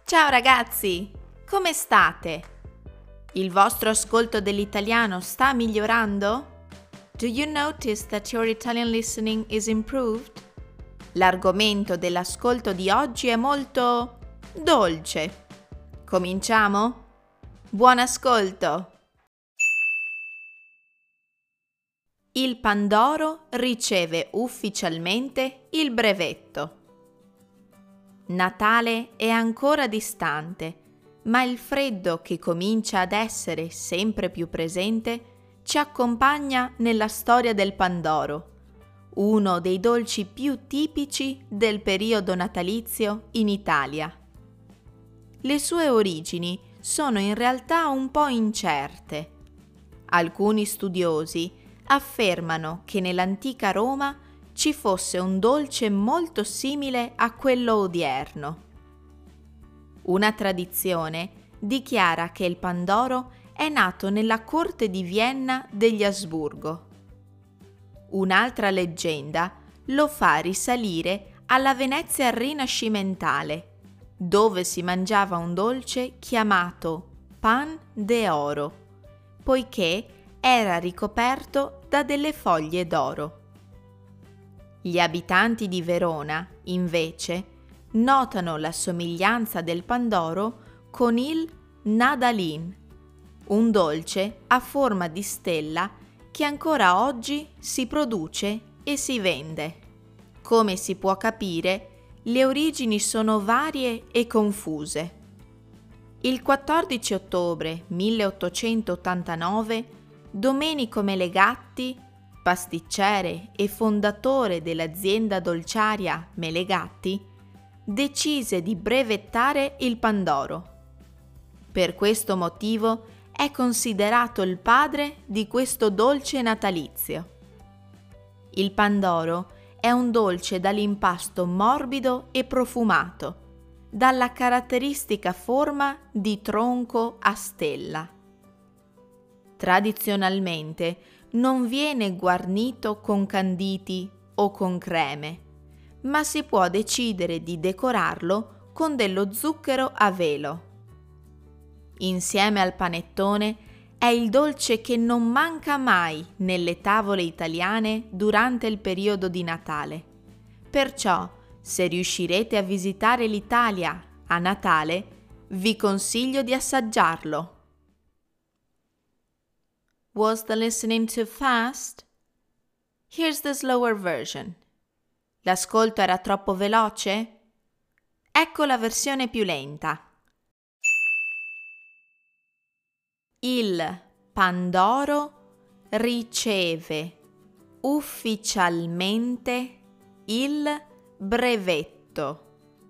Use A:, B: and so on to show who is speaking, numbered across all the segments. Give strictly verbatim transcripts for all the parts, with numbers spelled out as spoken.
A: Ciao ragazzi, come state? Il vostro ascolto dell'italiano sta migliorando? Do you notice that your Italian listening is improved? L'argomento dell'ascolto di oggi è molto dolce. Cominciamo? Buon ascolto! Il Pandoro riceve ufficialmente il brevetto. Natale è ancora distante, ma il freddo che comincia ad essere sempre più presente ci accompagna nella storia del Pandoro, uno dei dolci più tipici del periodo natalizio in Italia. Le sue origini sono in realtà un po' incerte. Alcuni studiosi affermano che nell'antica Roma ci fosse un dolce molto simile a quello odierno. Una tradizione dichiara che il Pandoro è nato nella corte di Vienna degli Asburgo. Un'altra leggenda lo fa risalire alla Venezia rinascimentale, dove si mangiava un dolce chiamato pan de oro, poiché era ricoperto da delle foglie d'oro. Gli abitanti di Verona, invece, notano la somiglianza del Pandoro con il Nadalin, un dolce a forma di stella che ancora oggi si produce e si vende. Come si può capire, le origini sono varie e confuse. Il quattordici ottobre milleottocentottantanove, Domenico Melegatti, pasticcere e fondatore dell'azienda dolciaria Melegatti, decise di brevettare il Pandoro. Per questo motivo è considerato il padre di questo dolce natalizio. Il Pandoro è un dolce dall'impasto morbido e profumato, dalla caratteristica forma di tronco a stella. Tradizionalmente non viene guarnito con canditi o con creme, ma si può decidere di decorarlo con dello zucchero a velo. Insieme al panettone è il dolce che non manca mai nelle tavole italiane durante il periodo di Natale. Perciò, se riuscirete a visitare l'Italia a Natale, vi consiglio di assaggiarlo. Was the listening too fast? Here's the slower version. L'ascolto era troppo veloce? Ecco la versione più lenta. Il Pandoro riceve ufficialmente il brevetto.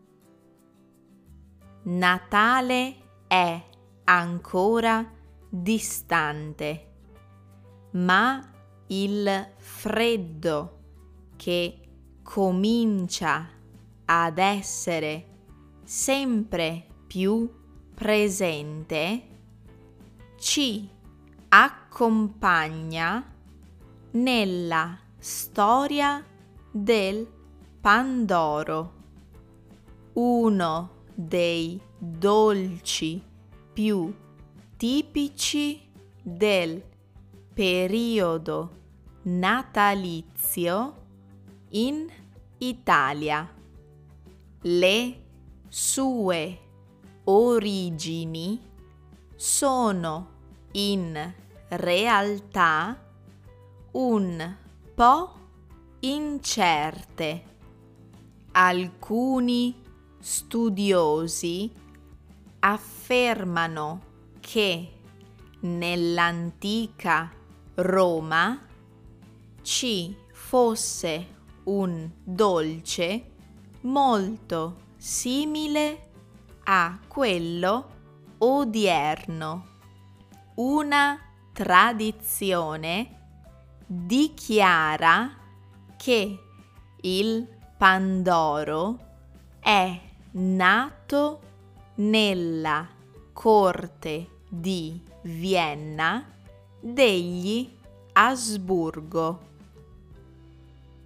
A: Natale è ancora distante, ma il freddo che comincia ad essere sempre più presente ci accompagna nella storia del Pandoro, uno dei dolci più tipici del periodo natalizio in Italia. Le sue origini sono in realtà un po' incerte. Alcuni studiosi affermano che nell'antica Roma ci fosse un dolce molto simile a quello odierno. Una tradizione dichiara che il Pandoro è nato nella corte di Vienna degli Asburgo.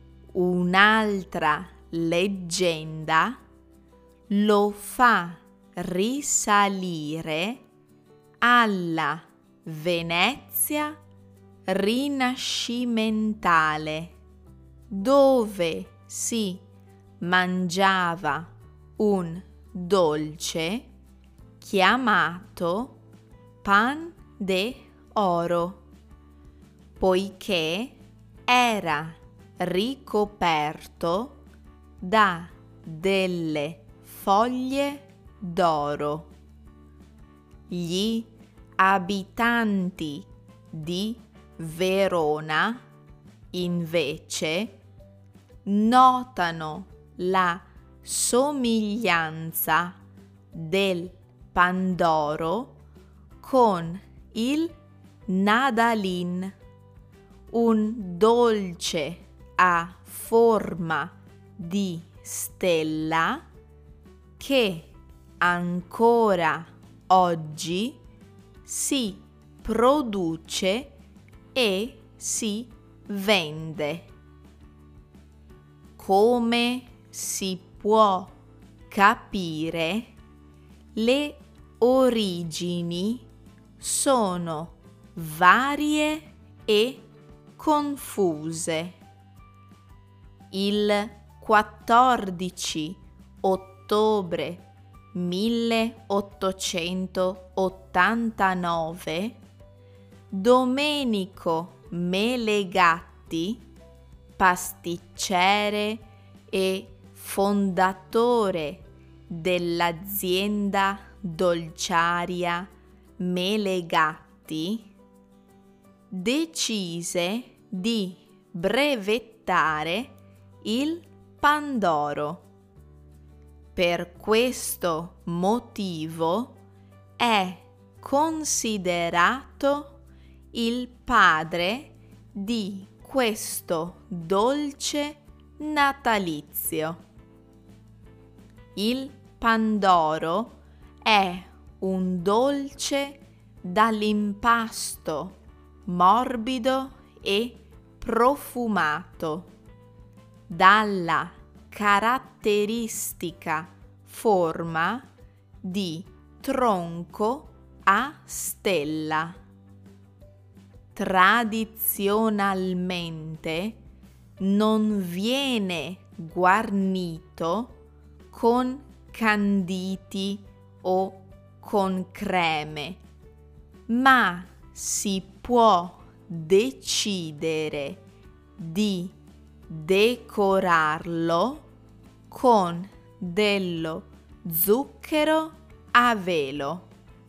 A: Un'altra leggenda lo fa risalire alla Venezia rinascimentale, dove si mangiava un dolce chiamato pan de oro, poiché era ricoperto da delle foglie d'oro. Gli abitanti di Verona, invece, notano la somiglianza del pandoro con il nadalin, un dolce a forma di stella che ancora oggi si produce e si vende. Come si può capire, le origini sono varie e confuse. Il quattordici ottobre milleottocentottantanove Domenico Melegatti, pasticcere e fondatore dell'azienda dolciaria Melegatti, decise di brevettare il pandoro. Per questo motivo è considerato il padre di questo dolce natalizio. Il pandoro è un dolce dall'impasto morbido e profumato, dalla caratteristica forma di tronco a stella. Tradizionalmente non viene guarnito con canditi o con creme, ma si può decidere di decorarlo con dello zucchero a velo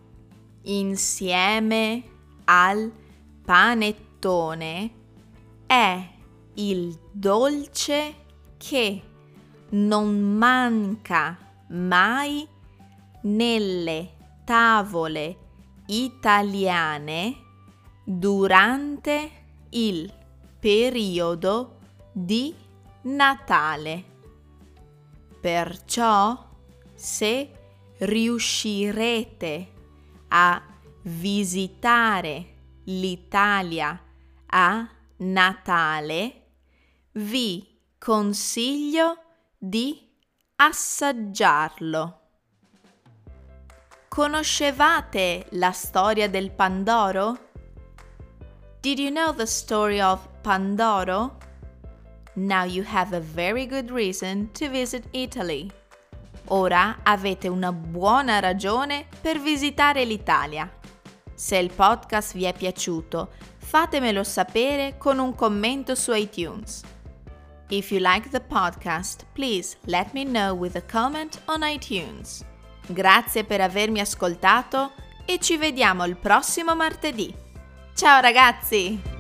A: insieme al panettone. È il dolce che non manca mai nelle tavole italiane durante il periodo di Natale. Perciò, se riuscirete a visitare l'Italia a Natale, vi consiglio di assaggiarlo. Conoscevate la storia del pandoro? Did you know the story of Pandoro? Now you have a very good reason to visit Italy. Ora avete una buona ragione per visitare l'Italia. Se il podcast vi è piaciuto, fatemelo sapere con un commento su iTunes. If you like the podcast, please let me know with a comment on iTunes. Grazie per avermi ascoltato e ci vediamo il prossimo martedì. Ciao ragazzi!